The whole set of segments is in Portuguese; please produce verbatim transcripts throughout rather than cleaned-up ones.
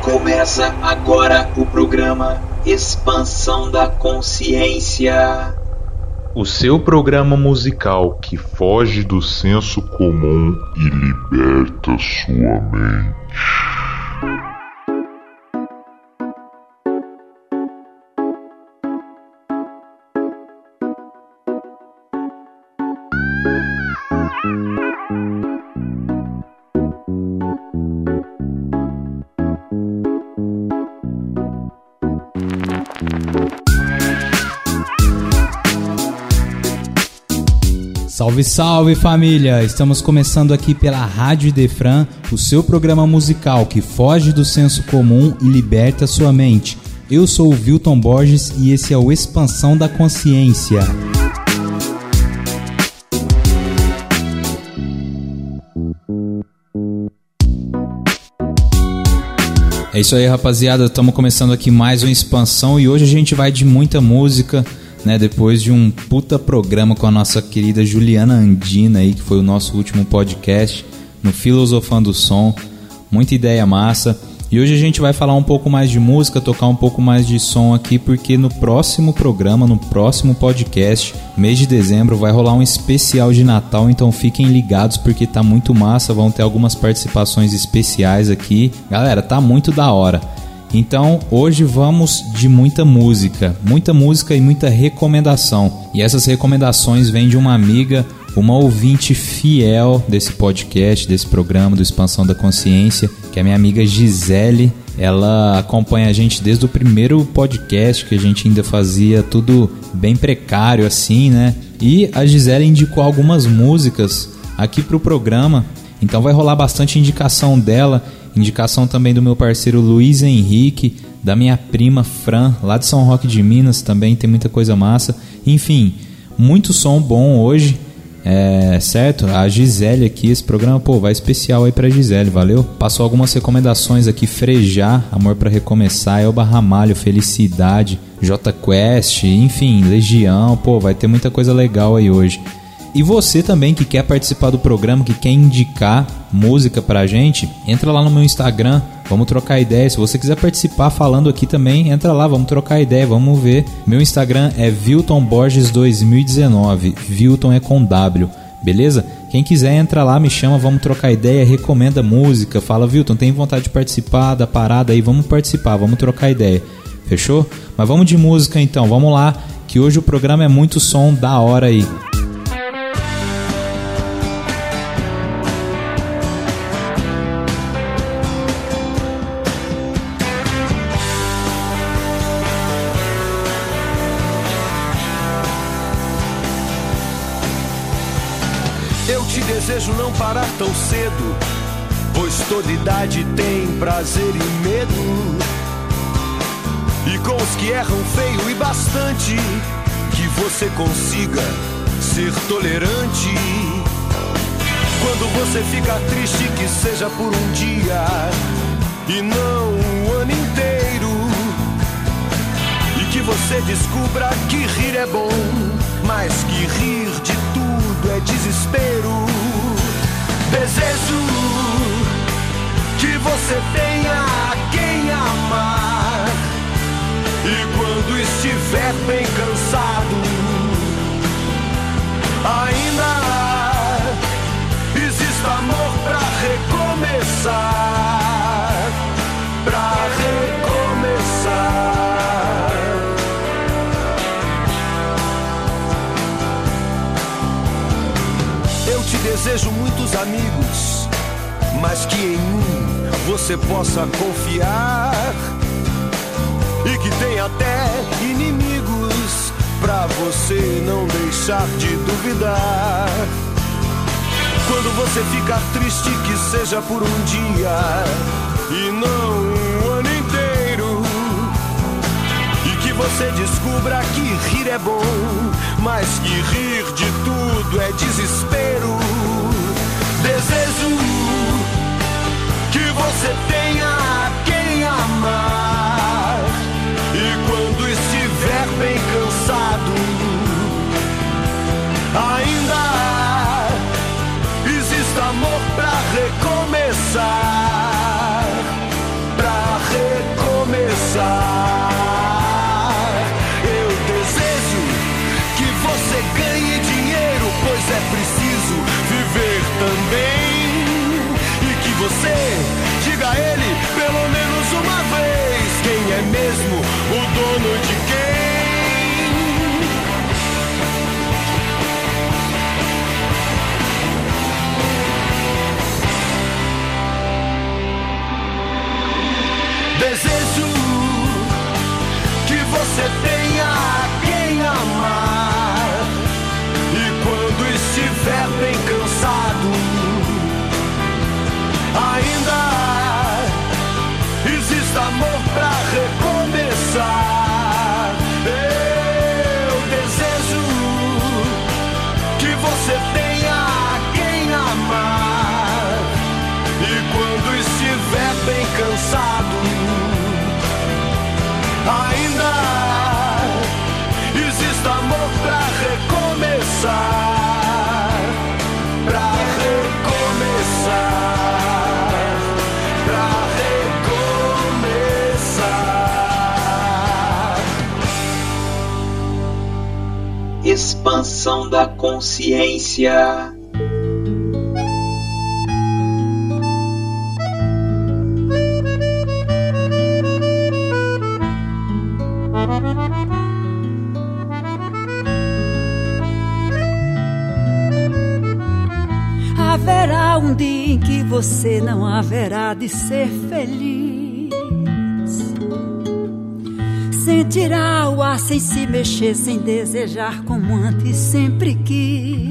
Começa agora o programa Expansão da Consciência. O seu programa musical que foge do senso comum e liberta sua mente. Salve, salve família! Estamos começando aqui pela Rádio Idefran, o seu programa musical que foge do senso comum e liberta sua mente. Eu sou o Vilton Borges e esse é o Expansão da Consciência. É isso aí, rapaziada, estamos começando aqui mais uma expansão e hoje a gente vai de muita música, né, depois de um puta programa com a nossa querida Juliana Andina aí, que foi o nosso último podcast no Filosofando o Som, muita ideia massa. E hoje a gente vai falar um pouco mais de música, tocar um pouco mais de som aqui, porque no próximo programa, no próximo podcast, mês de dezembro, vai rolar um especial de Natal, então fiquem ligados porque tá muito massa, vão ter algumas participações especiais aqui. Galera, tá muito da hora. Então hoje vamos de muita música, muita música e muita recomendação. E essas recomendações vêm de uma amiga, uma ouvinte fiel desse podcast, desse programa do Expansão da Consciência, que é a minha amiga Gisele. Ela acompanha a gente desde o primeiro podcast, que a gente ainda fazia tudo bem precário assim, né? E a Gisele indicou algumas músicas aqui pro programa, então vai rolar bastante indicação dela. Indicação também do meu parceiro Luiz Henrique, da minha prima Fran, lá de São Roque de Minas, também tem muita coisa massa. Enfim, muito som bom hoje, é, certo? A Gisele aqui, esse programa, pô, vai especial aí pra Gisele, valeu? Passou algumas recomendações aqui, Frejá, Amor Pra Recomeçar, Elba Ramalho, Felicidade, J Quest, enfim, Legião, pô, vai ter muita coisa legal aí hoje. E você também que quer participar do programa, que quer indicar música pra gente, entra lá no meu Instagram, vamos trocar ideia. Se você quiser participar falando aqui também, entra lá, vamos trocar ideia, vamos ver. Meu Instagram é Vilton Borges dois mil e dezenove, Vilton é com W, beleza? Quem quiser entra lá, me chama, vamos trocar ideia, recomenda música, fala, Vilton, tem vontade de participar da parada aí, vamos participar, vamos trocar ideia, fechou? Mas vamos de música então, vamos lá, que hoje o programa é muito som da hora aí. Desejo não parar tão cedo, pois toda idade tem prazer e medo. E com os que erram feio e bastante, que você consiga ser tolerante. Quando você fica triste, que seja por um dia e não um ano inteiro. E que você descubra que rir é bom, mas que rir de tudo é desespero. Desejo que você tenha quem amar, e quando estiver bem cansado, ainda exista amor pra recomeçar, pra recomeçar. Eu te desejo muitos amigos, mas que em um você possa confiar, e que tenha até inimigos pra você não deixar de duvidar. Quando você ficar triste, que seja por um dia e não um ano inteiro. E que você descubra que rir é bom, mas que rir de tudo é desespero. Desejo que você tenha quem amar, e quando estiver bem cansado, ainda exista amor pra recomeçar, pra recomeçar. consciência. Haverá um dia em que você não haverá de ser feliz. Sentirá o ar sem se mexer, sem desejar como antes sempre quis.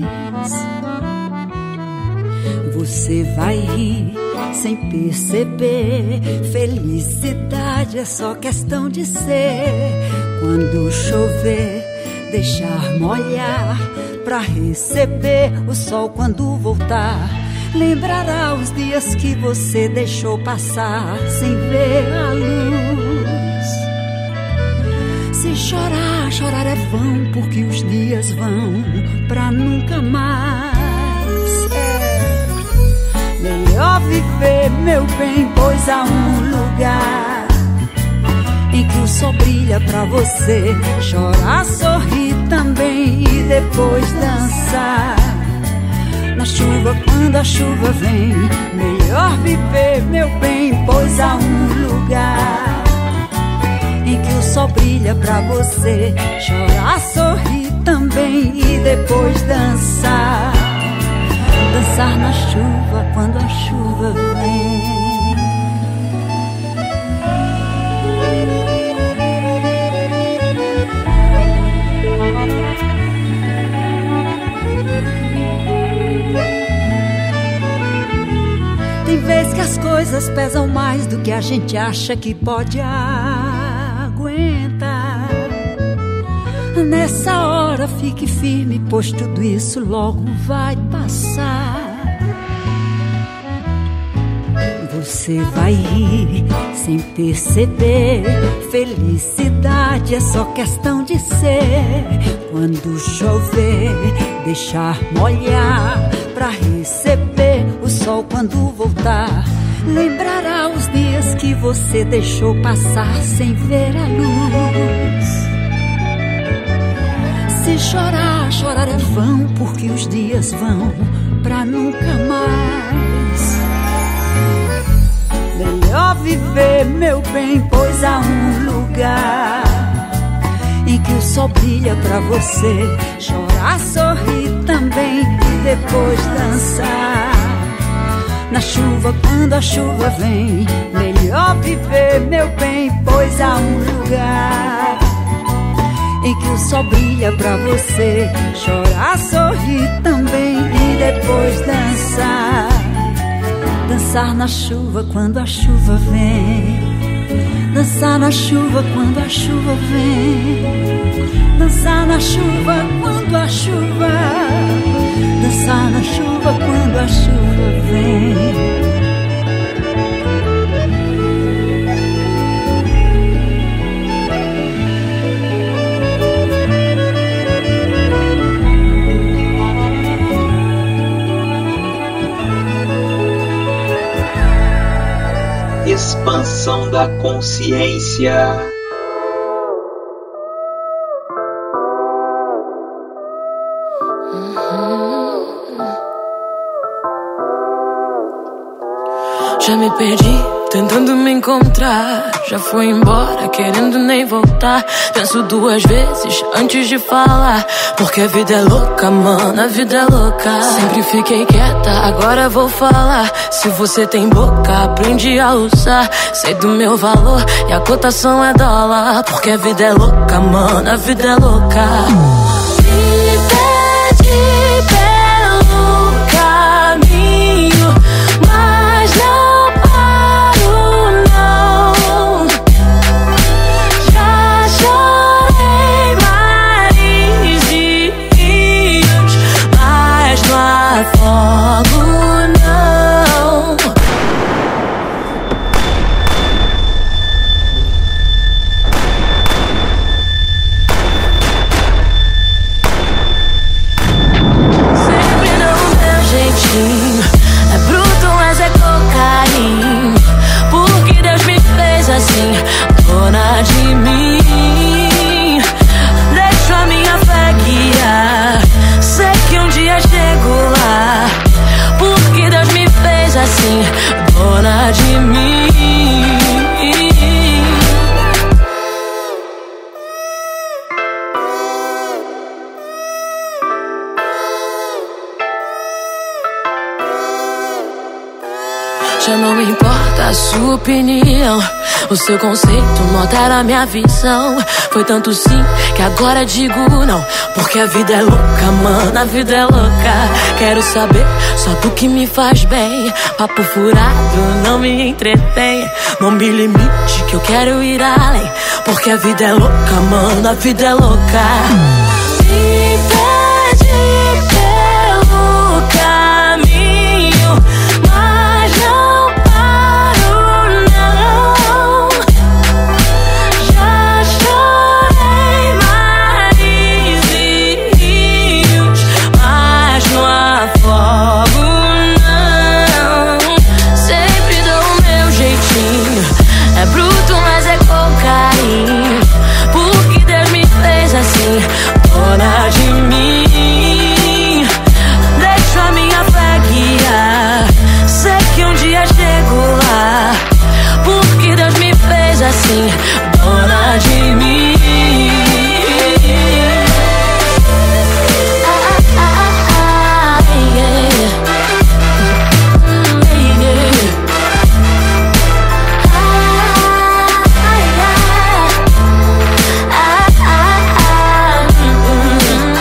Você vai rir sem perceber. Felicidade é só questão de ser. Quando chover, deixar molhar pra receber o sol quando voltar. Lembrará os dias que você deixou passar sem ver a luz. Se chorar, chorar é vão, porque os dias vão pra nunca mais. É melhor viver, meu bem, pois há um lugar em que o sol brilha pra você. Chorar, sorrir também e depois dançar na chuva quando a chuva vem. Melhor viver, meu bem, pois há um lugar em que o sol brilha pra você. Chorar, sorrir também e depois dançar. Dançar na chuva quando a chuva vem. Tem vezes que as coisas pesam mais do que a gente acha que pode aguentar. Nessa hora fique firme, pois tudo isso logo vai passar. Você vai rir sem perceber. Felicidade é só questão de ser. Quando chover, deixar molhar pra receber o sol quando voltar. Lembrará os dias que você deixou passar sem ver a luz. Se chorar, chorar é vão, porque os dias vão pra nunca mais. Melhor viver, meu bem, pois há um lugar em que o sol brilha pra você. Chorar, sorrir também e depois dançar na chuva quando a chuva vem. Melhor viver, meu bem, pois há um lugar em que o sol brilha pra você. Chorar, sorrir também e depois dançar. Dançar na chuva quando a chuva vem. Dançar na chuva quando a chuva vem. Dançar na chuva quando a chuva. Dançar na chuva quando a chuva vem. Expansão da consciência. Já me perdi, tentando me encontrar. Já fui embora, querendo nem voltar. Penso duas vezes antes de falar, porque a vida é louca, mano, a vida é louca. Sempre fiquei quieta, agora vou falar. Se você tem boca, aprende a usar. Sei do meu valor e a cotação é dólar, porque a vida é louca, mano, a vida é louca. Me pede pelo caminho, mas não fogo não. Já não importa a sua opinião, o seu conceito não altera a minha visão. Foi tanto sim que agora digo não, porque a vida é louca, mano, a vida é louca. Quero saber só do que me faz bem. Papo furado não me entretém. Não me limite que eu quero ir além, porque a vida é louca, mano, a vida é louca. Me pede pelo caminho, mas não paro não. Já chorei mares e rios, mas não afogo não. Sempre dou o meu jeitinho, é bruto mas é com carinho, porque Deus me fez assim, dona de mim. Deixo a minha fé guiar, sei que um dia chego lá, porque Deus me fez assim, dona de mim. Ah, ah, ah, yeah. Mm, yeah. Ah, yeah. Ah, ah, ah, mm, mm.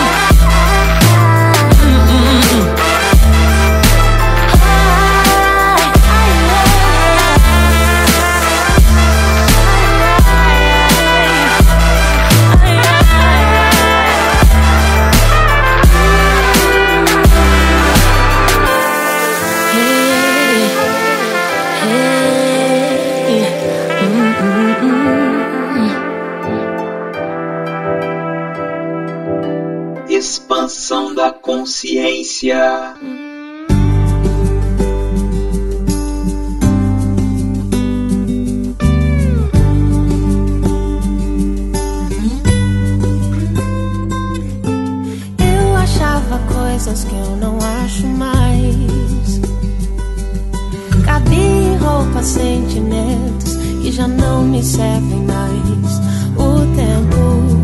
Expansão da consciência. Eu achava coisas que eu não acho mais. Cabia em roupas, sentimentos que já não me servem mais. O tempo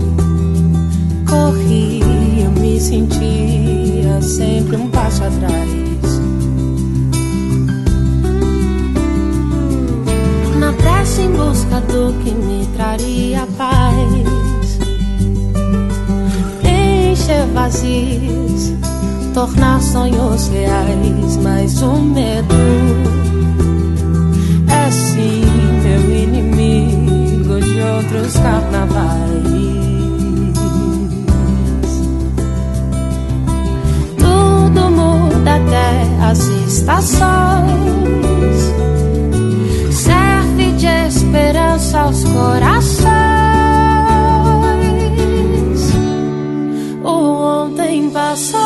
corria, eu me sentia sempre um passo atrás. Na pressa em busca do que me traria paz, encher vazios, tornar sonhos reais. Mas o medo é sim meu inimigo de outros carnavais. Tudo muda até as estações, serve de esperança aos corações. O ontem passou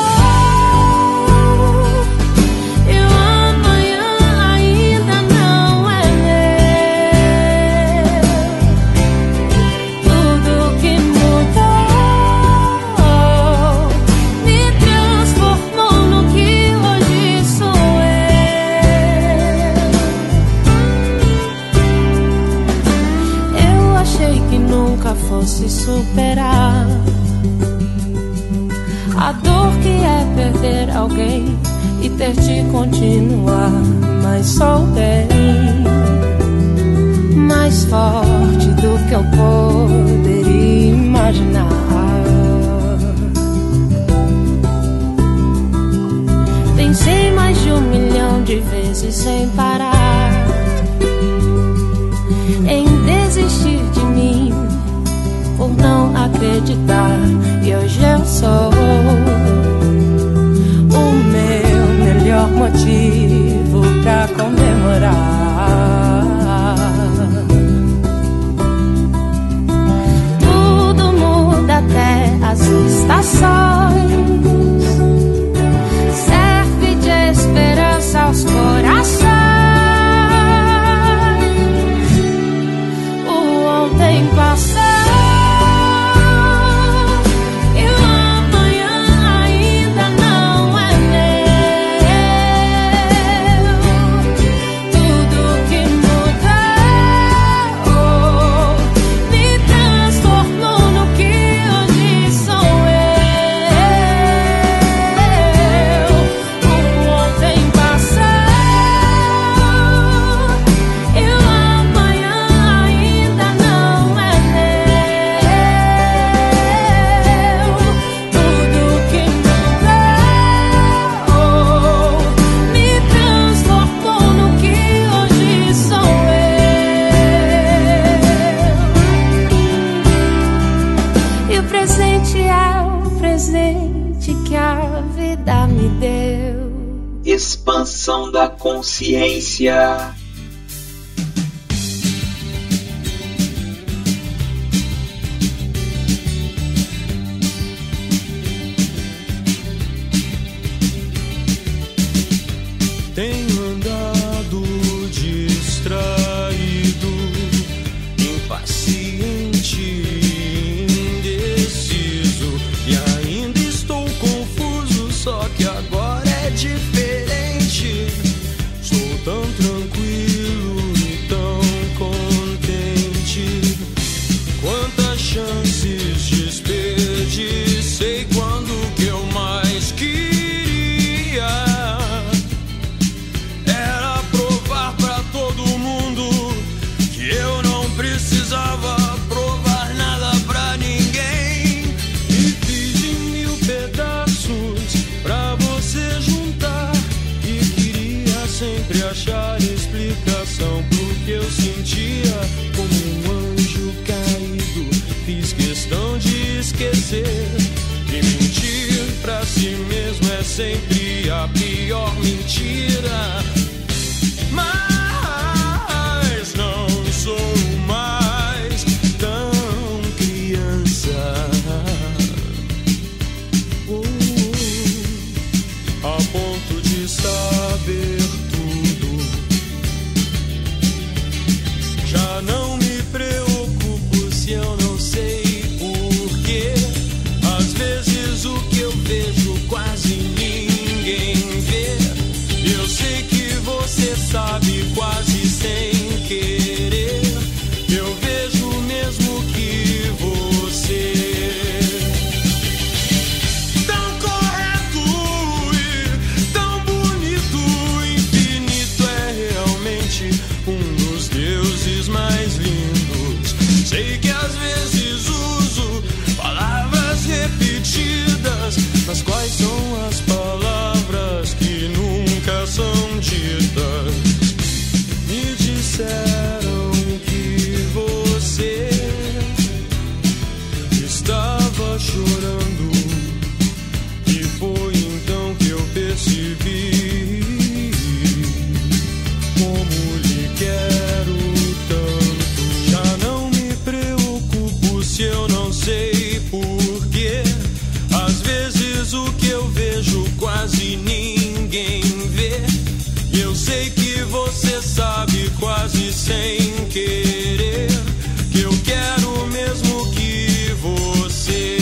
e o amanhã ainda não é meu. Tudo que mudou me transformou no que hoje sou eu. Eu achei que nunca fosse superar a dor que é perder alguém e ter de continuar. Mas sou bem mais forte do que eu poderia imaginar. Pensei mais de um milhão de vezes sem parar em desistir de mim por não acreditar. E hoje eu sou o meu melhor motivo pra comemorar. Tudo muda até as estações, serve de esperança aos corações. O ontem passou e o amanhã ainda não é meu. Tudo me deu. Expansão da consciência. Tenho andado distraído, impaciente, indeciso, e ainda estou confuso, só que agora é diferente. Estou tão tranquilo e tão contente. Quantas chances desperdicei quando que eu mais queria era provar pra todo mundo que eu não precisava provar nada pra ninguém. E fiz em mil pedaços pra você juntar, e queria sempre achar explicação pro que eu sentia. Como um anjo caído, fiz questão de esquecer. E mentir pra si mesmo é sempre a pior mentira. Mas não sou mais tão criança, uh, a ponto de saber tudo. Já não me preocupo se eu não sei porquê. Às vezes o que eu vejo quase ninguém vê. Eu sei que você sabe quase sem querer. Eu vejo mesmo que você tão correto e tão bonito. Infinito é realmente um dos deuses mais lindos. Sei que às vezes uso palavras repetidas, mas quais são as palavras que nunca são ditas? Me disseram que você estava chorando, e foi então que eu percebi como lhe quero tanto. Já não me preocupo se eu não sei porquê. Às vezes o que eu vejo quase ninguém vê. Eu sei que você sabe quase sem querer que eu quero mesmo que você.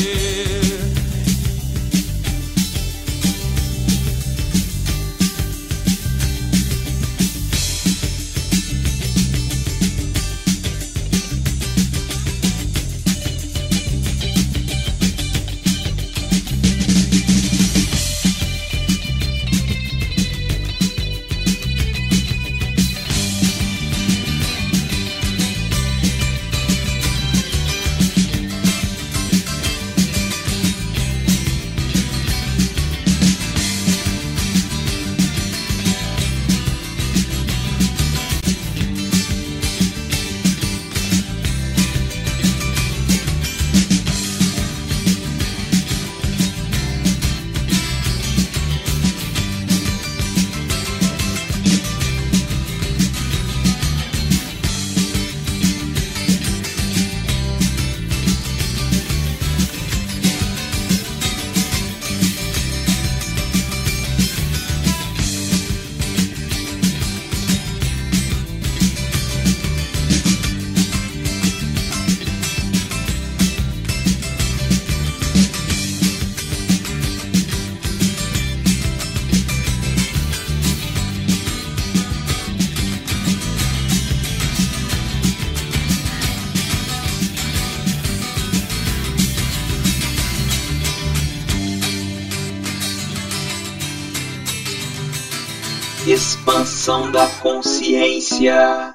Expansão da consciência.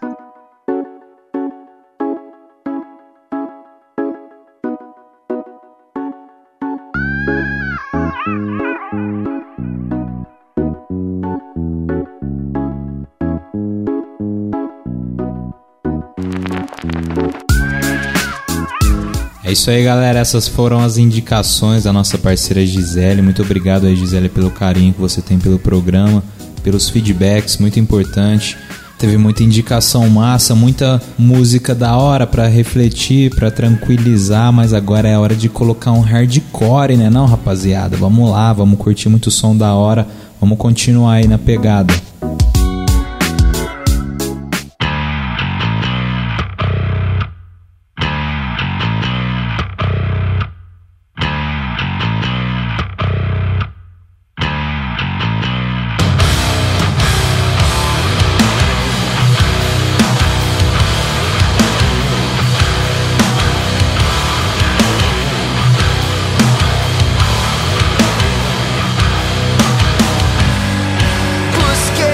É É isso aí, galera. Essas foram as indicações da nossa parceira Gisele. Muito obrigado aí, Gisele, pelo carinho que você tem pelo programa, pelos feedbacks, muito importante. Teve muita indicação massa, muita música da hora pra refletir, pra tranquilizar, mas agora é a hora de colocar um hardcore, né não, rapaziada? Vamos lá, vamos curtir muito som da hora, vamos continuar aí na pegada. Busquei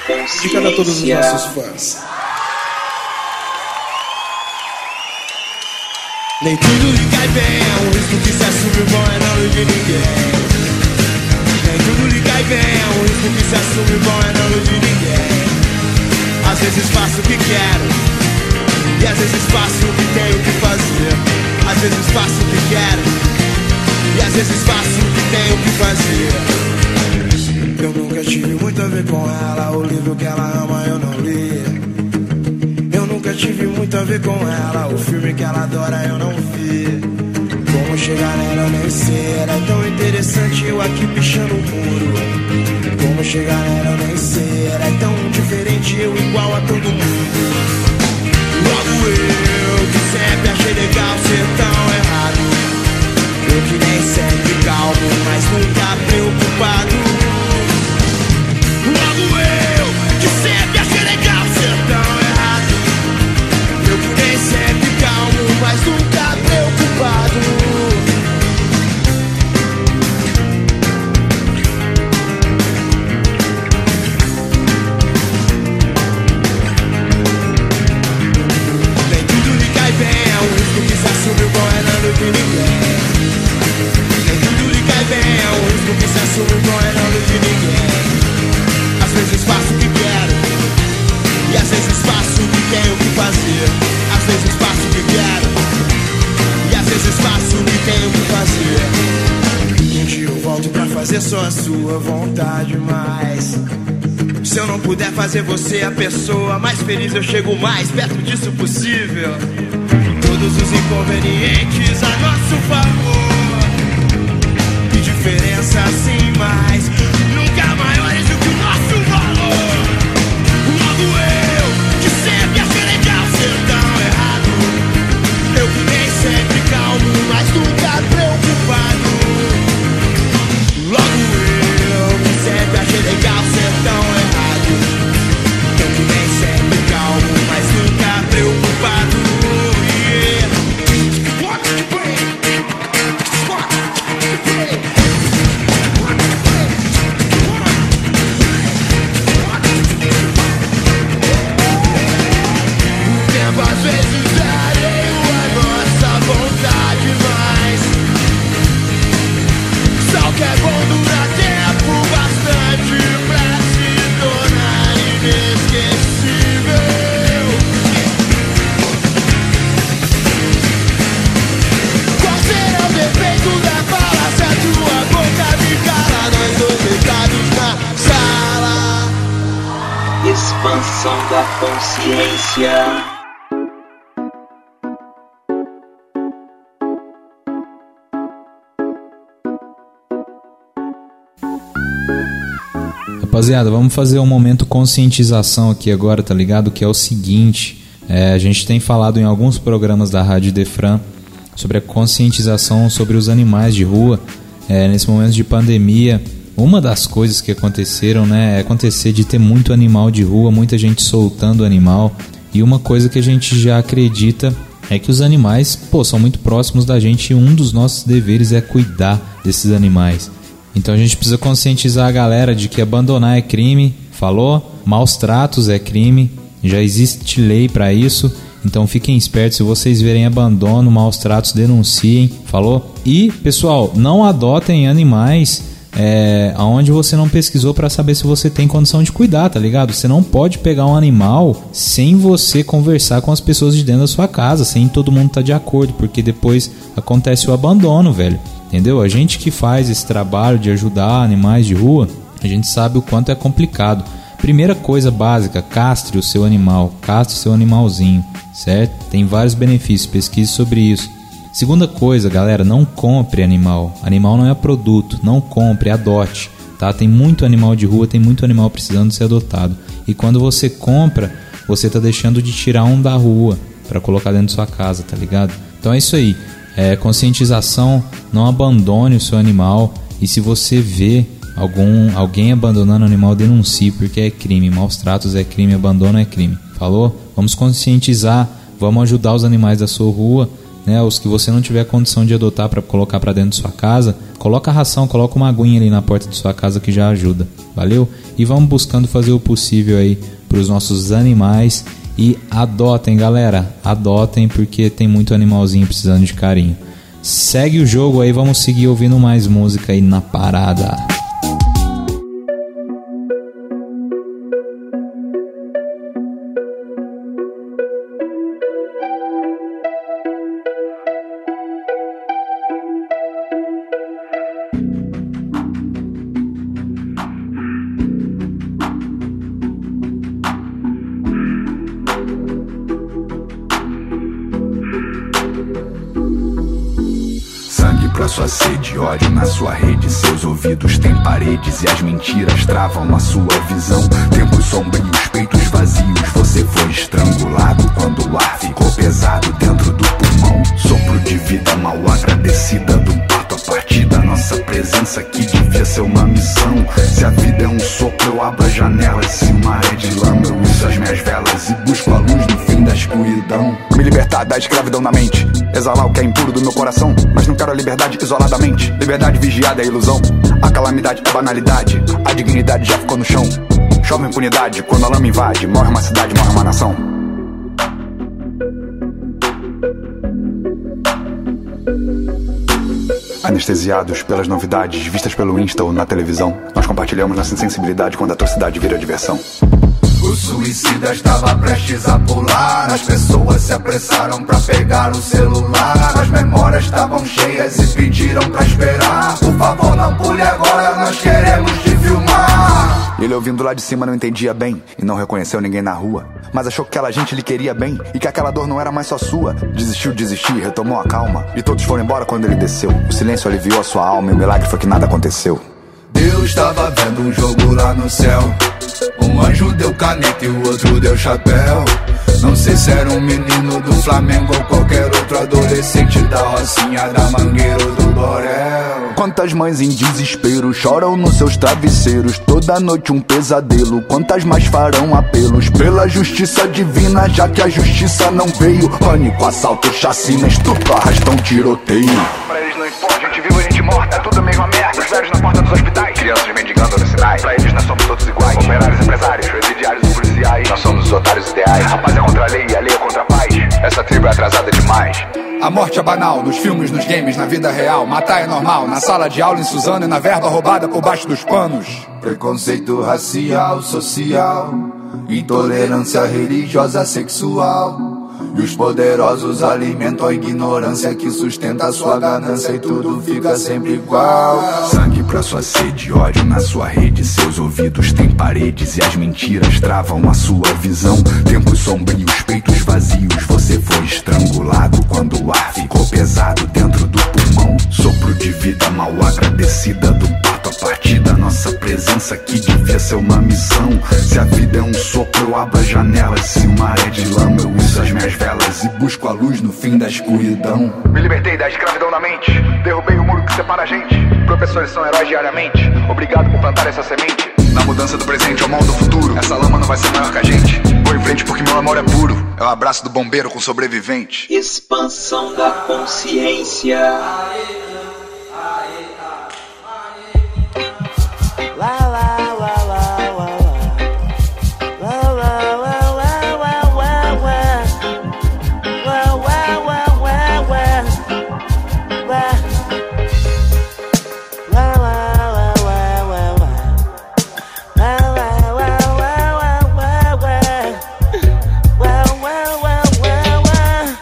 consciência. Dedicado a todos os nossos fãs. Nem tudo lhe cai bem, é um risco que se assume, bom é não iludir ninguém. Nem tudo lhe cai bem, é um risco que se assume, bom é não iludir ninguém. Às vezes faço o que quero, e às vezes faço o que tenho que fazer. Às vezes faço o que quero, e às vezes faço o que tenho que fazer. Eu nunca tive muito a ver com ela, o livro que ela ama eu não li. Eu nunca tive muito a ver com ela, o filme que ela adora eu não vi. Como chegar nela eu nem sei, era tão interessante eu aqui pichando o muro. Como chegar nela eu nem sei, era tão diferente eu igual a todo mundo. Logo eu, que sempre achei legal ser tão errado. Eu que nem sempre calmo, mas nunca preocupado. Logo eu, que sempre achei legal ser tão errado. Eu que nem sempre calmo, mas nunca preocupado. Assume bom é não iludir ninguém. Nem tudo lhe cai bem, é um risco que se assume bom é não iludir ninguém. Às vezes faço o que quero, e às vezes faço o que tenho que fazer. Às vezes faço o que quero, e às vezes faço o que tenho que fazer. Um dia eu volto pra fazer só a sua vontade, mas se eu não puder fazer você a pessoa mais feliz, eu chego mais perto disso possível. Todos os inconvenientes a nosso favor. Que diferença assim, mas nunca maiores do que o nosso valor. Logo eu, que sempre achei legal ser tão errado. Eu que nem sempre calmo, mas nunca preocupado. Logo eu, que sempre achei legal ser tão errado. Eu que nem sempre calmo, mas nunca preocupado. Às vezes alheio a nossa vontade, mas só que é bom durar tempo bastante pra se tornar inesquecível. Qual será o defeito da fala se a tua boca me cala? Nós dois deitados na sala. Expansão da consciência. Rapaziada, vamos fazer um momento conscientização aqui agora, tá ligado? Que é o seguinte, é, a gente tem falado em alguns programas da Rádio Defran sobre a conscientização sobre os animais de rua. É, nesse momento de pandemia, uma das coisas que aconteceram, né, é acontecer de ter muito animal de rua, muita gente soltando animal. E uma coisa que a gente já acredita é que os animais, pô, são muito próximos da gente e um dos nossos deveres é cuidar desses animais. Então a gente precisa conscientizar a galera de que abandonar é crime, falou? Maus tratos é crime, já existe lei para isso. Então fiquem espertos, se vocês verem abandono, maus tratos, denunciem, falou? E, pessoal, não adotem animais é, onde você não pesquisou para saber se você tem condição de cuidar, tá ligado? Você não pode pegar um animal sem você conversar com as pessoas de dentro da sua casa, sem todo mundo estar de acordo, porque depois acontece o abandono, velho. Entendeu? A gente que faz esse trabalho de ajudar animais de rua, a gente sabe o quanto é complicado. Primeira coisa básica, castre o seu animal, castre o seu animalzinho, certo? Tem vários benefícios, pesquise sobre isso. Segunda coisa, galera, não compre animal. Animal não é produto, não compre, adote, tá? Tem muito animal de rua, tem muito animal precisando ser adotado. E quando você compra, você tá deixando de tirar um da rua para colocar dentro da sua casa, tá ligado? Então é isso aí. É, conscientização, não abandone o seu animal, e se você vê algum, alguém abandonando o animal, denuncie, porque é crime, maus tratos é crime, abandono é crime, falou? Vamos conscientizar, vamos ajudar os animais da sua rua, né? Os que você não tiver condição de adotar para colocar para dentro da sua casa, coloca a ração, coloca uma aguinha ali na porta de sua casa que já ajuda, valeu? E vamos buscando fazer o possível aí pros nossos animais e adotem, galera, adotem porque tem muito animalzinho precisando de carinho. Segue o jogo aí, vamos seguir ouvindo mais música aí na parada. Pra sua sede, ódio na sua rede. Seus ouvidos têm paredes e as mentiras travam a sua visão. Tempos sombrios, peitos vazios. Você foi estrangulado quando o ar ficou pesado dentro do pulmão. Sopro de vida mal agradecida do parto a partir da nossa presença que devia ser uma missão. Se a vida é um sopro, eu abro a janela. Se o mar é de lama, eu uso as minhas velas e busco a luz no fim da escuridão. Me libertar da escravidão na mente, exalar o que é impuro do meu coração. Mas não quero a liberdade isoladamente. Liberdade vigiada é ilusão. A calamidade é banalidade. A dignidade já ficou no chão. Chove impunidade quando a lama invade. Morre uma cidade, morre uma nação. Anestesiados pelas novidades vistas pelo Insta ou na televisão, nós compartilhamos nossa insensibilidade quando a atrocidade vira diversão. O suicida estava prestes a pular. As pessoas se apressaram pra pegar o celular. As memórias estavam cheias e pediram pra esperar. Por favor, não pule agora, nós queremos te filmar. Ele ouvindo lá de cima não entendia bem e não reconheceu ninguém na rua, mas achou que aquela gente lhe queria bem e que aquela dor não era mais só sua. Desistiu de desistir, retomou a calma e todos foram embora quando ele desceu. O silêncio aliviou a sua alma e o milagre foi que nada aconteceu. Deus estava vendo um jogo lá no céu. Um anjo deu caneta e o outro deu chapéu. Não sei se era um menino do Flamengo ou qualquer outro adolescente da Rocinha, da Mangueira ou do Borel. Quantas mães em desespero choram nos seus travesseiros, toda noite um pesadelo. Quantas mais farão apelos pela justiça divina, já que a justiça não veio. Pânico, assalto, chacina, estupro, arrastão, tiroteio. Pra eles não importa, gente viva, gente morta, é tudo a mesma merda. Os velhos na porta dos hospitais, crianças mendigando nos sinais. Pra eles nós somos todos iguais, operários, empresários, presidiários e policiais. Nós somos os otários ideais. A paz é contra a lei, a lei é contra a paz. Essa tribo é atrasada demais. A morte é banal, nos filmes, nos games, na vida real. Matar é normal, na sala de aula em Suzano e na verba roubada por baixo dos panos. Preconceito racial, social, intolerância religiosa, sexual. E os poderosos alimentam a ignorância que sustenta a sua ganância e tudo fica sempre igual. Sangue pra sua sede, ódio na sua rede. Seus ouvidos têm paredes e as mentiras travam a sua visão. Tempos sombrios, peitos vazios. Você foi estrangulado quando o ar ficou pesado dentro do pulmão. Sopro de vida mal agradecida do parto a partir da nossa presença que devia ser uma missão. Se a vida é um sopro, eu abro a janela. Se o mar é de lama, eu uso as minhas velas e busco a luz no fim da escuridão. Me libertei da escravidão na mente, derrubei o muro que separa a gente. Professores são heróis diariamente, obrigado por plantar essa semente. Na mudança do presente ao mal do futuro, essa lama não vai ser maior que a gente. Vou em frente porque meu amor é puro, é o abraço do bombeiro com sobrevivente. Expansão da consciência. Lá, lá, lá, lá, lá, lá. Lá, lá, lá, lá, lá, lá, lá. Lá, lá, lá, lá, lá. Lá. Lá, lá, lá, lá, lá, lá. Lá, lá, lá, lá, lá, lá, lá. Lá, lá, lá, lá, lá.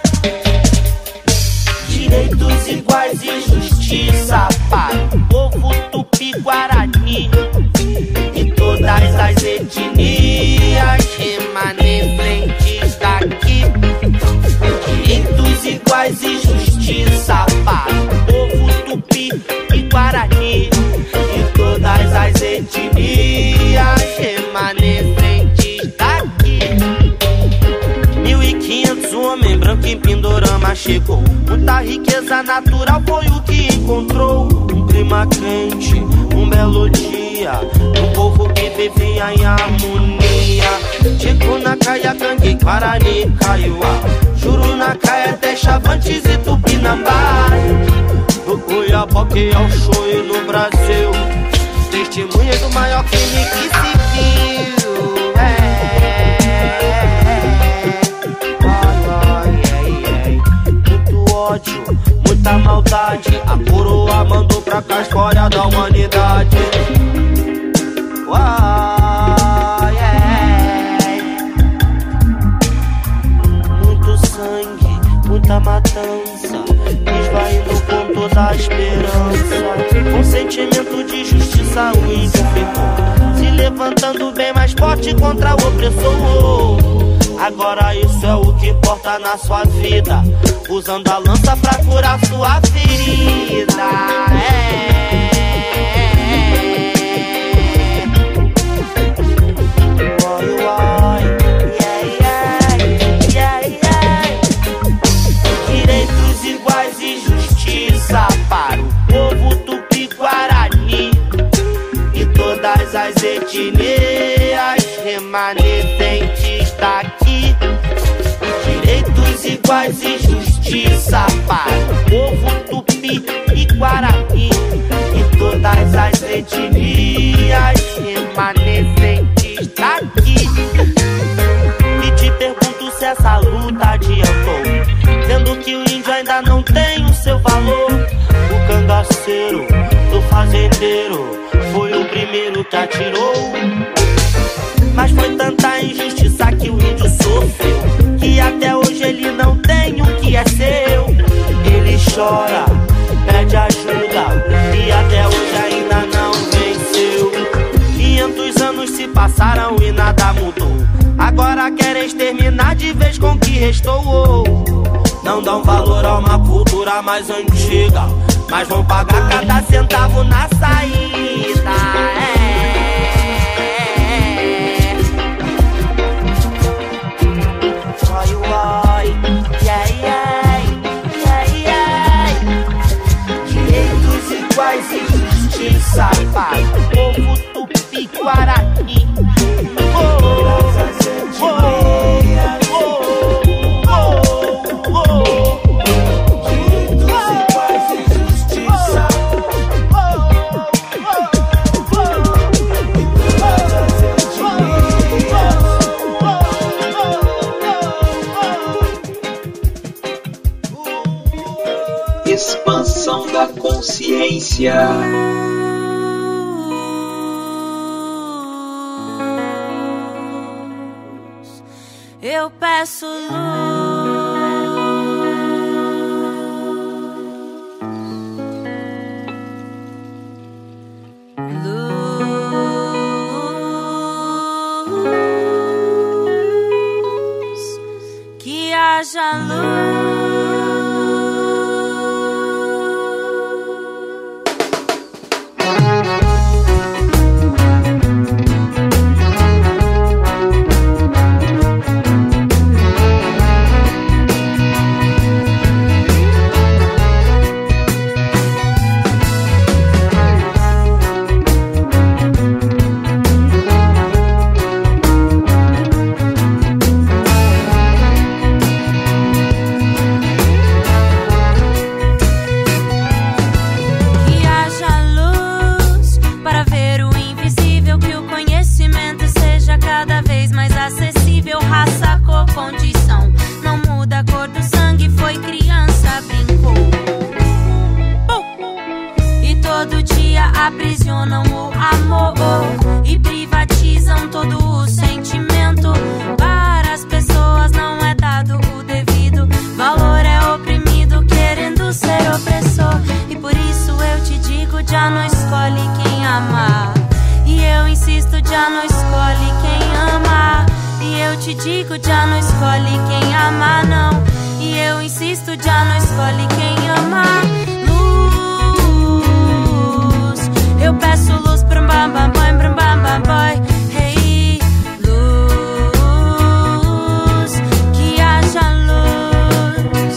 Direitos iguais e justiça para o povo tupi-guarani e todas as etnias remanescentes daqui. Direitos iguais e justiça para o povo tupi e guarani e todas as etnias remanescentes daqui. Mil e quinhentos homens brancos em Pindorama chegou. Muita riqueza natural foi o que encontrou. Um clima quente, um belo dia, um povo que vivia em harmonia. Tico na caia, cangue, Guarani, Kaiowá, Juru na caia, até Chavantes e Tupinambá. no Cuiabá que é o show e no Brasil. Testemunhas do maior crime que se viu. É. Ai, ai, ai, ai. Muito ódio, muita maldade. A coroa mandou pra cá a história da humanidade. Ai, ai. Muito sangue, muita matança, esvaindo com toda a esperança. Com sentimento de justiça o índio ficou se levantando bem mais forte contra o opressor. Agora isso é o que importa na sua vida, usando a lança pra curar sua ferida. É. Direitos iguais e justiça para o povo tupi-guarani e todas as etnias remanescentes daqui. Direitos iguais e justiça para o povo tupi-guarani e todas as etnias remanescentes daqui. E te pergunto se essa luta adiantou, vendo que o índio ainda não tem o seu valor. O cangaceiro do fazendeiro foi o primeiro que atirou. Mas foi tanta injustiça que o índio sofreu, que até hoje ele não tem o que é seu. Ele chora, pede ajuda e até hoje ainda não venceu. Quinhentos anos se passaram e nada mudou. Agora querem exterminar de vez com o que restou. Não dão valor a uma cultura mais antiga, mas vão pagar cada centavo na saída. É. Ai, ai, yeah, yeah, yeah, yeah. Direitos iguais e justiça para o povo tupi-guarani. Expansão da consciência. Eu peço luz, luz, que haja luz. Aprisionam o amor e privatizam todo o sentimento. Para as pessoas não é dado o devido valor, é oprimido querendo ser opressor. E por isso eu te digo, já não escolhe quem amar. E eu insisto, já não escolhe quem ama. E eu te digo, já não escolhe quem ama, não. E eu insisto, já não escolhe quem ama. Eu peço luz pra um bam bam bam bam bam bam bam. Hey, luz, que haja luz.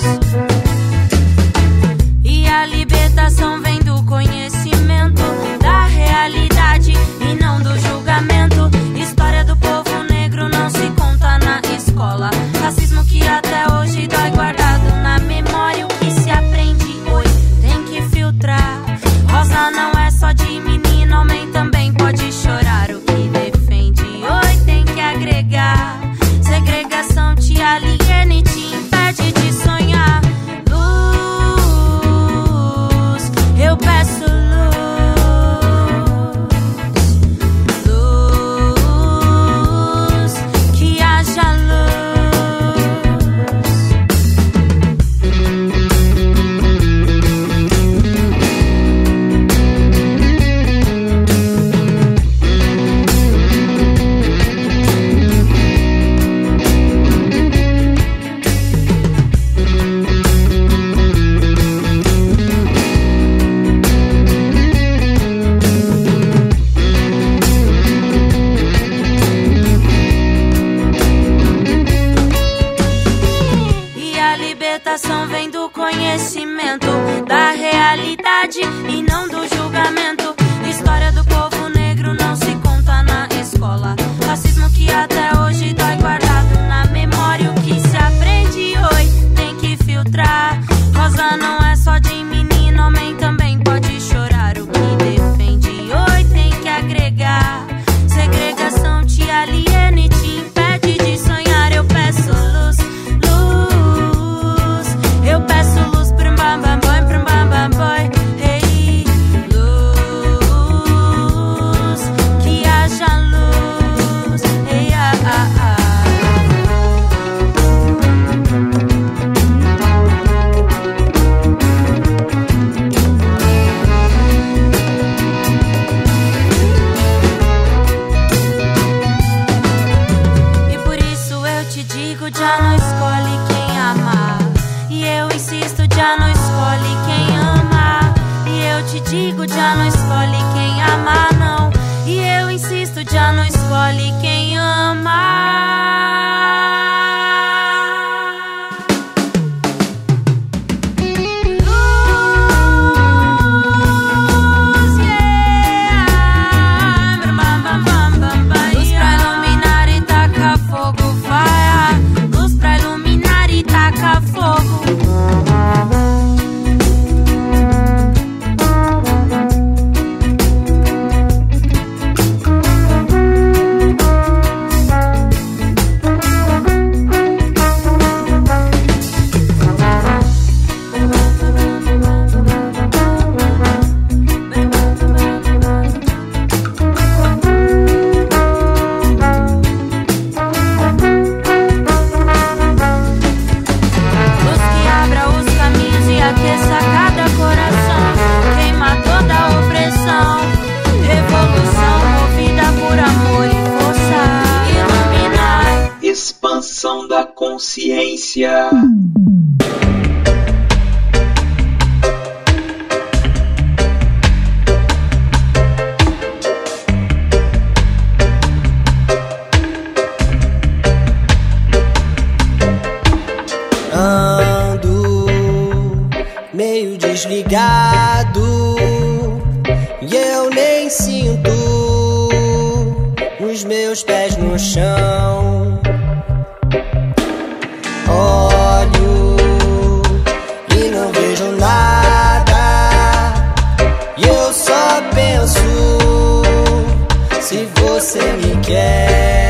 E a libertação vem do conhecimento da realidade e não do julgamento. História do povo negro não se conta na escola. Racismo que até hoje dói guardado na memória. O que se aprende hoje tem que filtrar. verdade e não do julgamento. História do povo negro não se conta na escola. Racismo que até hoje dói guardado na memória. O que se aprende hoje tem que filtrar. Rosa não é só de menino, homem também pode chorar. O que defende hoje tem que agregar. Segregação te aliena e te impede de sonhar. Eu peço luz, luz. Eu peço luz pra um bam bam boy, pra um bam bam boy. Hey, luz, que haja luz. Hey, ah, ah, ah. E por isso eu te digo, já não escolhe quem amar. E eu insisto, já não escolhe quem ama. E eu te digo, já não escolhe quem ama, não. E eu insisto, já não escolhe quem ama. Luz, yeah. Bam, bam, bam, bam, bam, luz pra iluminar e tacar fogo, vai. Luz pra iluminar e tacar fogo. Luz que abra os caminhos e aqueça cada coração. Queima toda a opressão. Revolução movida por amor e força. Iluminar. Expansão da consciência. Ando meio desligado e eu nem sinto os meus pés no chão. Olho e não vejo nada e eu só penso se você me quer.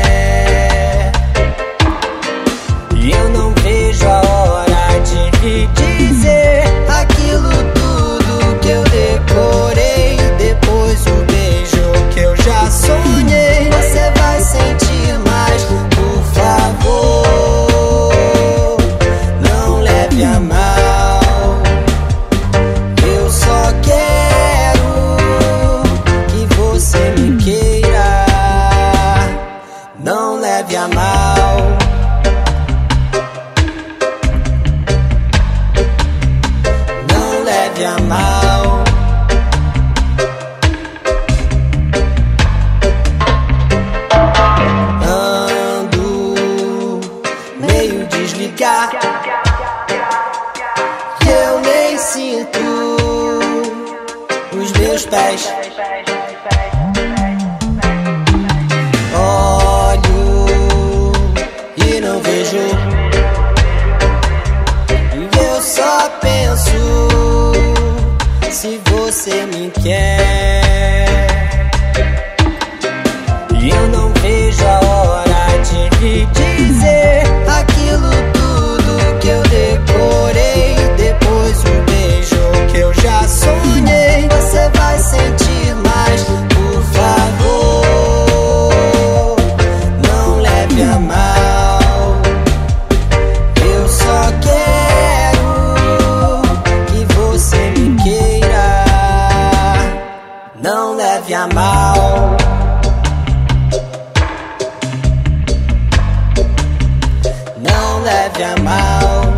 E eu não vejo a hora de lhe dizer aquilo tudo que eu decorei. Depois o beijo que eu já sonhei. Você vai sentir mais, por favor. Não leve a mal. Eu só quero que você me queira. Não leve a mal. Não leve a mal. Ando meio desligado e eu nem sinto os meus pés. Olho e não vejo. E eu só penso se você me quer. E eu não vejo a hora de lhe dizer aquilo tudo que eu decorei. Depois o beijo que eu já sonhei. Você vai sentir mais, por favor. Não leve a mal. Eu só quero que você me queira. Não leve a mal. Não leve a mal.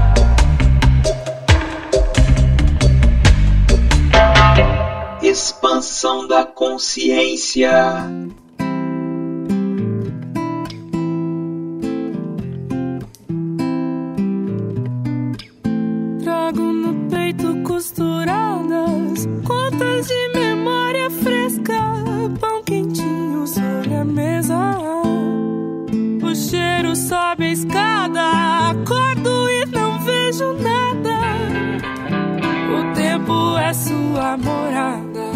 Expansão da consciência. Trago no peito costuradas sobe a escada, acordo e não vejo nada. O tempo é sua morada.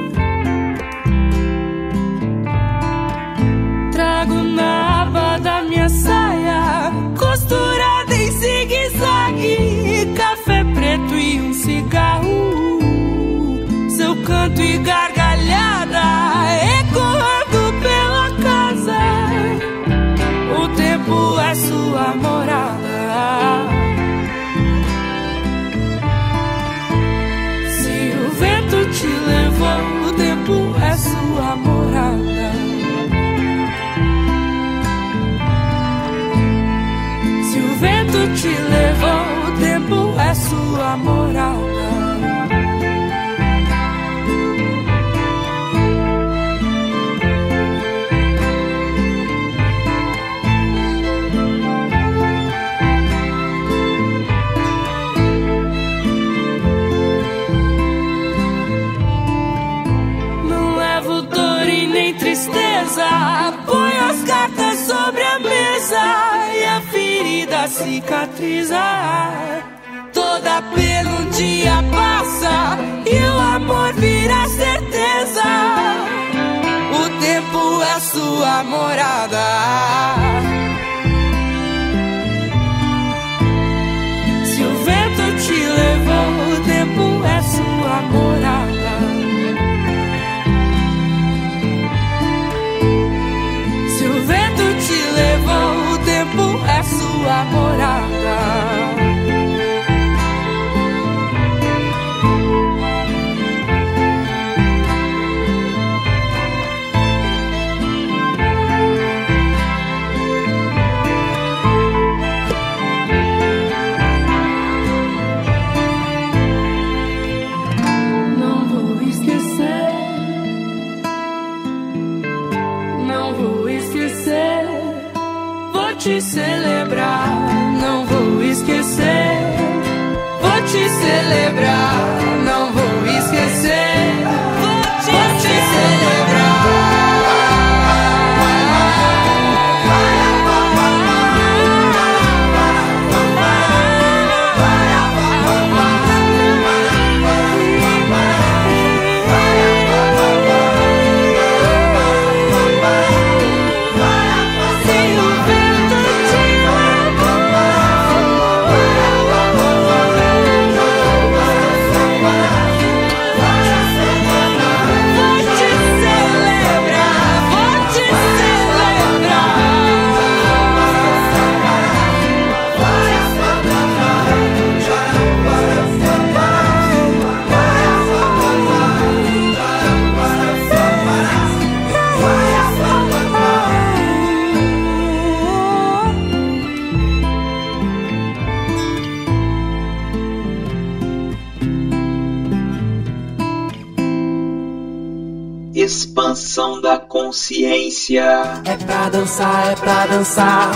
Trago na aba da minha saia, costurada em zigue-zague, café preto e um cigarro. Seu canto e gargalhada ecoando pela casa. O tempo é sua morada. Se o vento te levou, o tempo é sua morada. Se o vento te levou, o tempo é sua morada. Põe as cartas sobre a mesa e a ferida cicatriza. Toda pena um dia passa e o amor vira certeza. O tempo é sua morada. Se o vento te levou, o tempo é sua morada. Te levou, o tempo é sua morada. Não vou esquecer, não vou esquecer. Vou te celebrar, não vou esquecer. Vou te celebrar, não vou esquecer. Vou te, vou te celebrar. Expansão da consciência. É pra dançar, é pra dançar.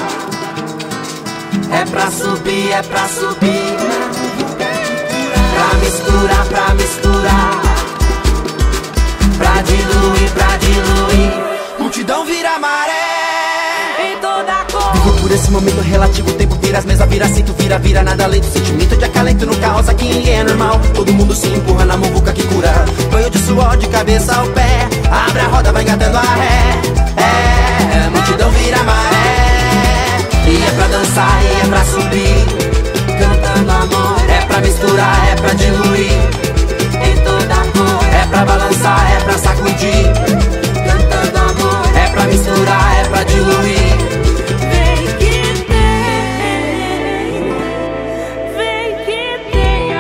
É pra subir, é pra subir. Pra misturar, pra misturar. Pra diluir, pra diluir. Multidão vira maré em toda cor. Vivo por esse momento relativo, o tempo vira as mesas, vira cinto, vira, vira nada além do sentimento de acalento no caos, aqui ninguém é normal. Todo mundo se empurra na muvuca que cura. Banho de suor de cabeça ao pé. Abre a roda, vai engatando a ré. É, multidão vira maré. E é pra dançar, e é pra subir. Cantando amor. É pra misturar, é pra diluir. Em toda cor. É pra balançar, é pra sacudir. Cantando amor. É pra misturar, é pra diluir. Vem que tem, vem que tem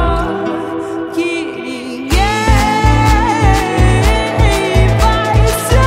amor que ninguém vai se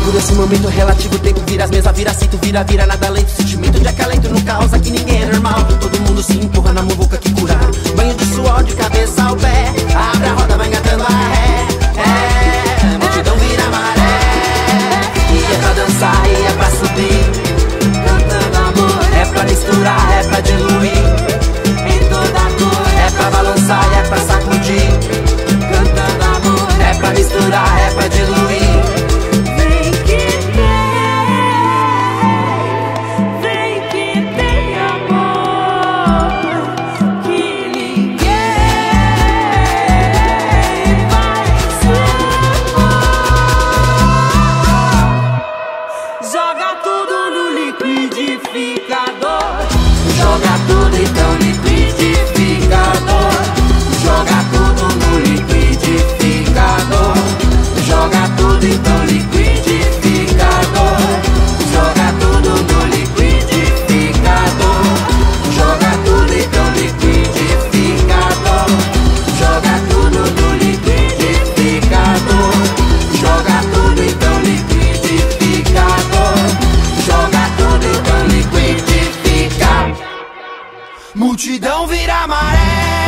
Por esse momento relativo, o tempo vira as mesas, vira cinto, vira, vira nada lento. Sentimento de acalento no caos, aqui ninguém é normal. Todo mundo se empurra na muvuca que cura. Banho de suor de cabeça ao pé. Abre a roda, vai engatando a ré. É, multidão vira maré. E é pra dançar, e é pra subir. Cantando amor. É pra misturar, é pra diluir. Em toda cor. É pra balançar, é pra sacudir. Cantando amor. É pra misturar, é pra diluir. Multidão vira maré.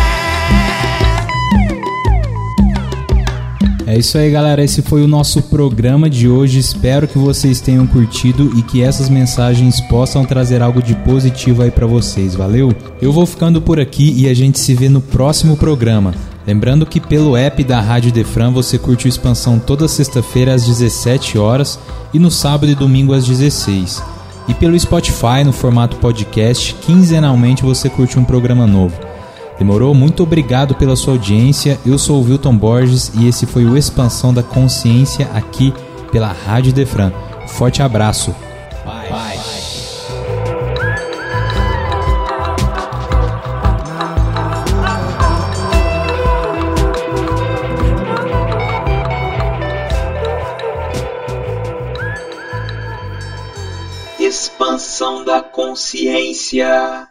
É isso aí, galera, esse foi o nosso programa de hoje. Espero que vocês tenham curtido e que essas mensagens possam trazer algo de positivo aí pra vocês, valeu? Eu vou ficando por aqui e a gente se vê no próximo programa. Lembrando que pelo app da Rádio Defran você curte o Expansão toda sexta-feira às dezessete horas e no sábado e domingo às dezesseis. E pelo Spotify, no formato podcast, quinzenalmente você curte um programa novo. Demorou? Muito obrigado pela sua audiência. Eu sou o Wilton Borges e esse foi o Expansão da Consciência aqui pela Rádio Defran. Forte abraço. Bye. Bye. Expansão da consciência.